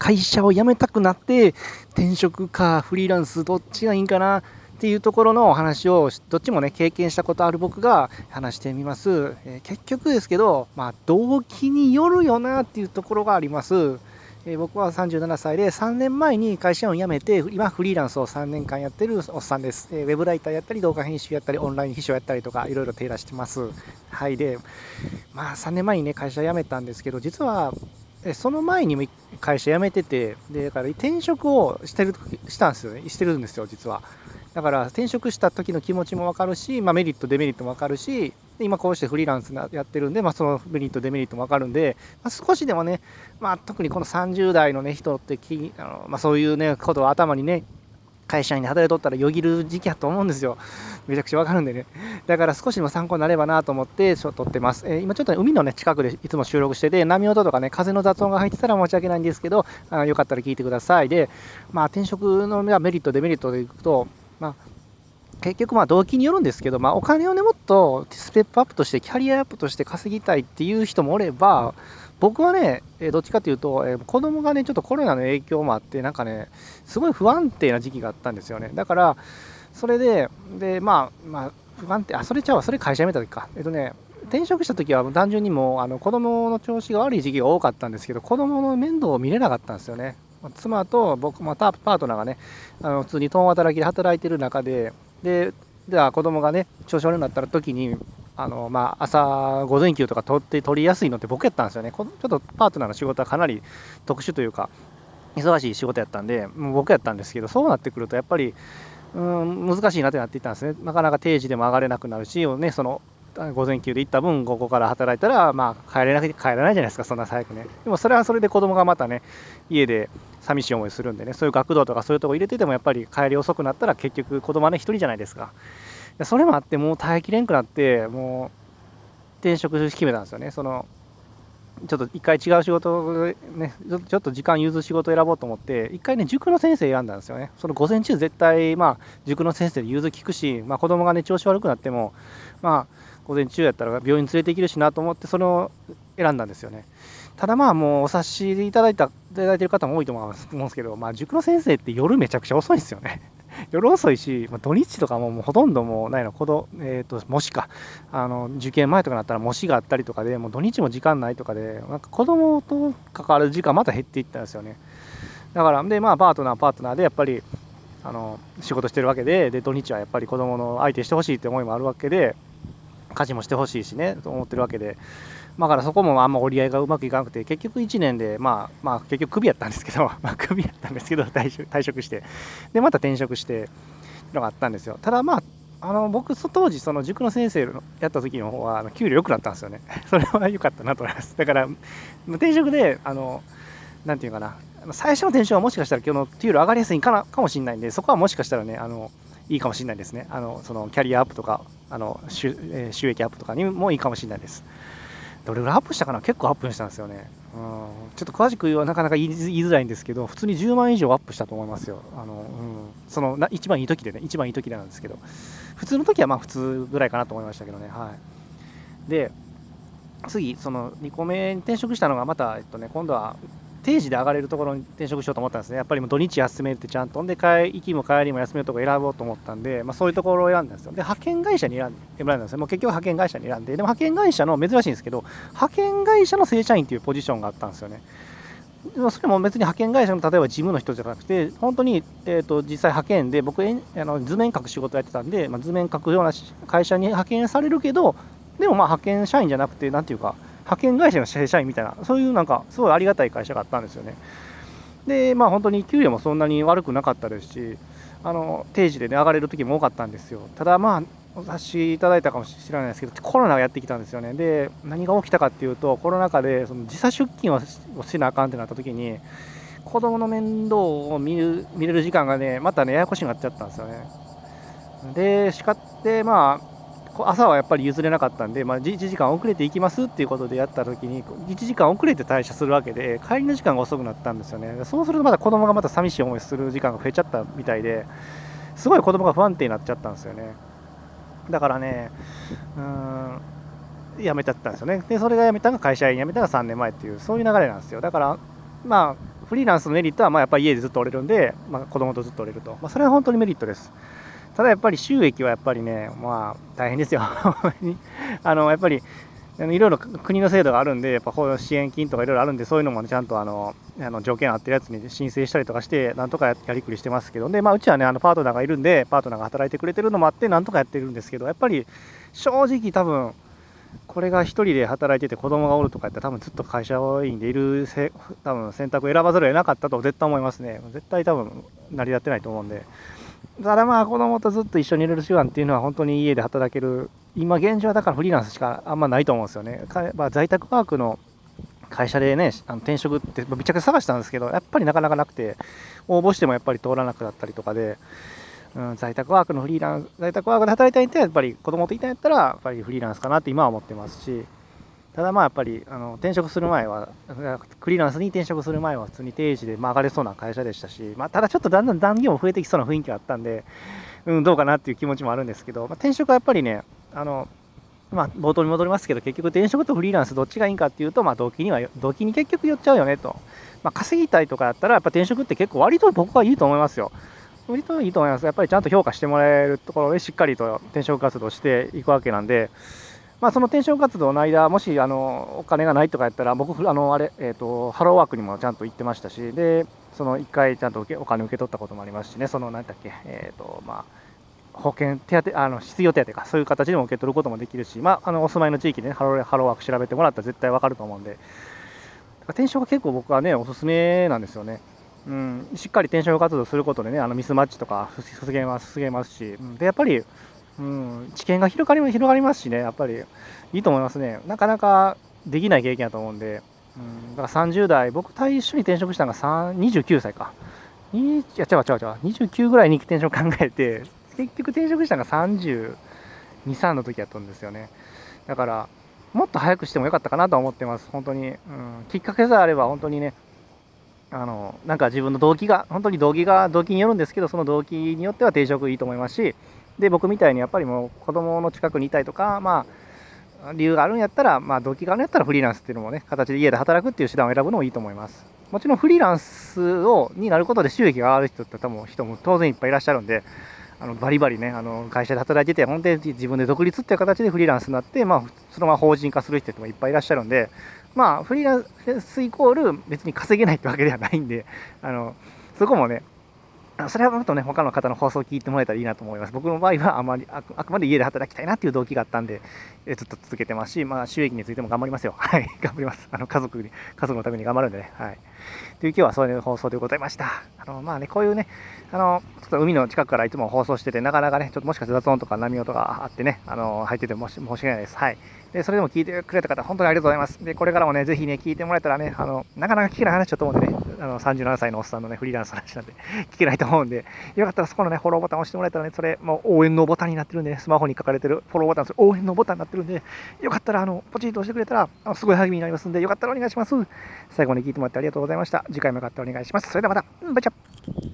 会社を辞めたくなって転職かフリーランスどっちがいいんかなっていうところのお話をどっちもね経験したことある僕が話してみます。結局ですけど、動機によるよなっていうところがあります。僕は37歳で3年前に会社を辞めて今フリーランスを3年間やってるおっさんです。ウェブライターやったり動画編集やったりオンライン秘書やったりとかいろいろ手出してます。はい。で3年前にね会社辞めたんですけど、実はその前にも会社辞めてて、でだから転職をしたんですよね。してるんですよ実は。だから転職した時の気持ちも分かるし、メリットデメリットも分かるし、今こうしてフリーランスやってるんで、そのメリットデメリットも分かるんで、少しでもね、特にこの30代のね人ってそういうねことを頭にね会社員で働いとったらよぎる時期やと思うんですよ。めちゃくちゃわかるんでね。だから少しでも参考になればなと思って撮ってます。今ちょっと、海のね近くでいつも収録してて、波音とかね風の雑音が入ってたら申し訳ないんですけど、よかったら聞いてください。で、転職のメリットデメリットでいくと、結局動機によるんですけど、お金をねもっとステップアップとしてキャリアアップとして稼ぎたいっていう人もおれば、僕はね、どっちかというと、子供がねちょっとコロナの影響もあってすごい不安定な時期があったんですよね。だからそれで不安定、それ会社辞めた時か。転職した時は単純にもう子供の調子が悪い時期が多かったんですけど、子供の面倒を見れなかったんですよね。妻と僕、パートナーがね普通に共働きで働いてる中では子供がね調子悪くなった時に朝午前休とか取りやすいのって僕やったんですよね。ちょっとパートナーの仕事はかなり特殊というか忙しい仕事やったんで、もう僕やったんですけど、そうなってくるとやっぱり難しいなってなっていったんですね。なかなか定時でも上がれなくなるし、その午前休で行った分午後から働いたら帰らないじゃないですか、そんな早くね。でもそれはそれで子供がまたね家で寂しい思いするんでね、そういう学童とかそういうとこ入れててもやっぱり帰り遅くなったら結局子供はね一人じゃないですか。それもあってもう耐えきれんくなって、もう転職決めたんですよね。ちょっと一回違う仕事でね、ちょっと時間融通仕事を選ぼうと思って、一回ね、塾の先生選んだんですよね。その午前中絶対、塾の先生で融通聞くし、子供がね、調子悪くなっても、午前中やったら病院連れて行けるしなと思って、その選んだんですよね。ただもうお察しいただいてる方も多いと思うんですけど、塾の先生って夜めちゃくちゃ遅いんですよね。夜遅いし、土日とかもほとんどもうないの、模試か、受験前とかなったら模試があったりとかで、もう土日も時間ないとかで、子供と関わる時間また減っていったんですよね。だからでパートナーでやっぱり仕事してるわけで、土日はやっぱり子供の相手してほしいって思いもあるわけで、家事もしてほしいしねと思ってるわけで、だからそこもあんま折り合いがうまくいかなくて、結局1年で結局クビやったんですけどクビやったんですけど退職して、でまた転職してのがあったんですよ。ただ僕当時その塾の先生やった時の方は給料良くなったんですよね。それは良かったなと思います。だから転職でなんていうかな、最初の転職はもしかしたら今日の給料上がりやすいかもしれないんで、そこはもしかしたらねいいかもしれないですね。そのキャリアアップとか収益アップとかにもいいかもしれないです。どれぐらいアップしたかな、結構アップしたんですよね。ちょっと詳しくはなかなか言いづらいんですけど、普通に10万以上アップしたと思いますよ。その一番いい時でね、一番いい時なんですけど、普通の時は普通ぐらいかなと思いましたけどね。はい。で、次、その2個目に転職したのがまた、今度は定時で上がれるところに転職しようと思ったんですね。やっぱりもう土日休めるってちゃんと。で、行きも帰りも休めるところ選ぼうと思ったんで、そういうところを選んだんですよ。で、派遣会社に選んだんですよ。もう結局派遣会社に選んで、でも派遣会社の珍しいんですけど、派遣会社の正社員っていうポジションがあったんですよね。それも別に派遣会社の例えば事務の人じゃなくて、本当に、実際派遣で僕図面書く仕事やってたんで、図面書くような会社に派遣されるけど、でも派遣社員じゃなくて、なんていうか派遣会社の正社員みたいな、そういうすごいありがたい会社があったんですよね。で本当に給料もそんなに悪くなかったですし、定時でね上がれる時も多かったんですよ。ただお察しいただいたかもしれないですけど、コロナがやってきたんですよね。で何が起きたかっていうと、コロナ禍でその時差出勤をしなあかんってなった時に、子供の面倒を見れる時間がねまたねややこしくなっちゃったんですよね。で朝はやっぱり譲れなかったんで、1時間遅れて行きますっていうことでやった時に1時間遅れて退社するわけで、帰りの時間が遅くなったんですよね。そうするとまた子供がまた寂しい思いする時間が増えちゃったみたいで、すごい子供が不安定になっちゃったんですよね。だからね辞めちゃったんですよね。でそれが辞めたのが会社員辞めたのが3年前っていう、そういう流れなんですよ。だからフリーランスのメリットは、まあやっぱり家でずっとおれるんで、まあ、子供とずっとおれると、まあ、それは本当にメリットです。ただやっぱり収益はやっぱりね、まあ大変ですよ。やっぱりいろいろ国の制度があるんで、やっぱこういう支援金とかいろいろあるんで、そういうのも、ね、ちゃんと条件合ってるやつに申請したりとかして、なんとかやりくりしてますけど、で、まあ、うちはね、パートナーがいるんで、パートナーが働いてくれてるのもあって、なんとかやってるんですけど、やっぱり正直、多分これが1人で働いてて、子供がおるとかやったら、多分ずっと会社員でいる多分選択を選ばざるを得なかったと絶対思いますね。絶対多分成り立ってないと思うんで。ただまあ子供とずっと一緒にいれる手段っていうのは本当に家で働ける、今現状はだからフリーランスしかあんまないと思うんですよね。まあ、在宅ワークの会社でね、転職ってめちゃくちゃ探したんですけど、やっぱりなかなかなくて、応募してもやっぱり通らなくなったりとかで、在宅ワークのフリーランス、在宅ワークで働いたいってやっぱり子供といたんやったら、やっぱりフリーランスかなって今は思ってますし、ただまあやっぱり転職する前は、フリーランスに転職する前は普通に定時で上がれそうな会社でしたし、まあ、ただちょっとだんだん残業も増えてきそうな雰囲気があったんで、どうかなっていう気持ちもあるんですけど、まあ、転職はやっぱりね、まあ、冒頭に戻りますけど、結局転職とフリーランスどっちがいいかっていうと、まあ、動機に結局寄っちゃうよねと。まあ、稼ぎたいとかだったら、やっぱ転職って結構割と僕はいいと思いますよ。割といいと思います。やっぱりちゃんと評価してもらえるところでしっかりと転職活動していくわけなんで、まあ、その転職活動の間、もしお金がないとかやったら、僕、ハローワークにもちゃんと行ってましたし、で、その1回ちゃんとお金受け取ったこともありますしね、何だっけ、まあ、保険手当、失業手当か、そういう形でも受け取ることもできるし、まあ、お住まいの地域で、ね、ハローワーク調べてもらったら絶対わかると思うんで、転職は結構僕はね、おすすめなんですよね。しっかり転職活動することでね、ミスマッチとか防げますし、で、やっぱり、知見が広がりますしね、やっぱりいいと思いますね。なかなかできない経験だと思うんで、だから30代、僕と一緒に転職したのが29歳か。いや、違う、29ぐらいに転職考えて、結局転職したのが32、3の時やったんですよね。だから、もっと早くしてもよかったかなと思ってます、本当に。きっかけさえあれば、本当にね、なんか自分の本当に動機によるんですけど、その動機によっては転職いいと思いますし、で、僕みたいにやっぱりもう子供の近くにいたいとか、まあ、理由があるんやったら、まあ、動機があるんやったらフリーランスっていうのもね、形で家で働くっていう手段を選ぶのもいいと思います。もちろんフリーランスになることで収益が上がる人も当然いっぱいいらっしゃるんで、バリバリね、会社で働いてて、本当に自分で独立っていう形でフリーランスになって、まあ、そのまま法人化する人もいっぱいいらっしゃるんで、まあ、フリーランスイコール別に稼げないってわけではないんで、そこもね、それはもっとね、他の方の放送を聞いてもらえたらいいなと思います。僕の場合はあくまで家で働きたいなっていう動機があったんで、ずっと続けてますし、まあ、収益についても頑張りますよ。はい、頑張ります。家族のために頑張るんでね。はい。という今日はそういう放送でございました。まあね、こういうね、ちょっと海の近くからいつも放送してて、なかなかね、ちょっともしかして雑音とか波音があってね、入ってて申し訳ないです。はい。で、それでも聞いてくれた方、本当にありがとうございます。で、これからもね、ぜひね、聞いてもらえたらね、なかなか聞けない話だと思うんでね、37歳のおっさんのね、フリーランスの話なんで、聞けないと思うんで、よかったらそこのね、フォローボタンを押してもらえたらね、それ、もう応援のボタンになってるんで、ね、スマホに書かれてるフォローボタン、それ応援のボタンになってるんで、よかったら、ポチッと押してくれたら、すごい励みになりますんで、よかったらお願いします。最後まで聞いてもらってありがとうございました。次回もよかったらお願いします。それではまた、バイチャ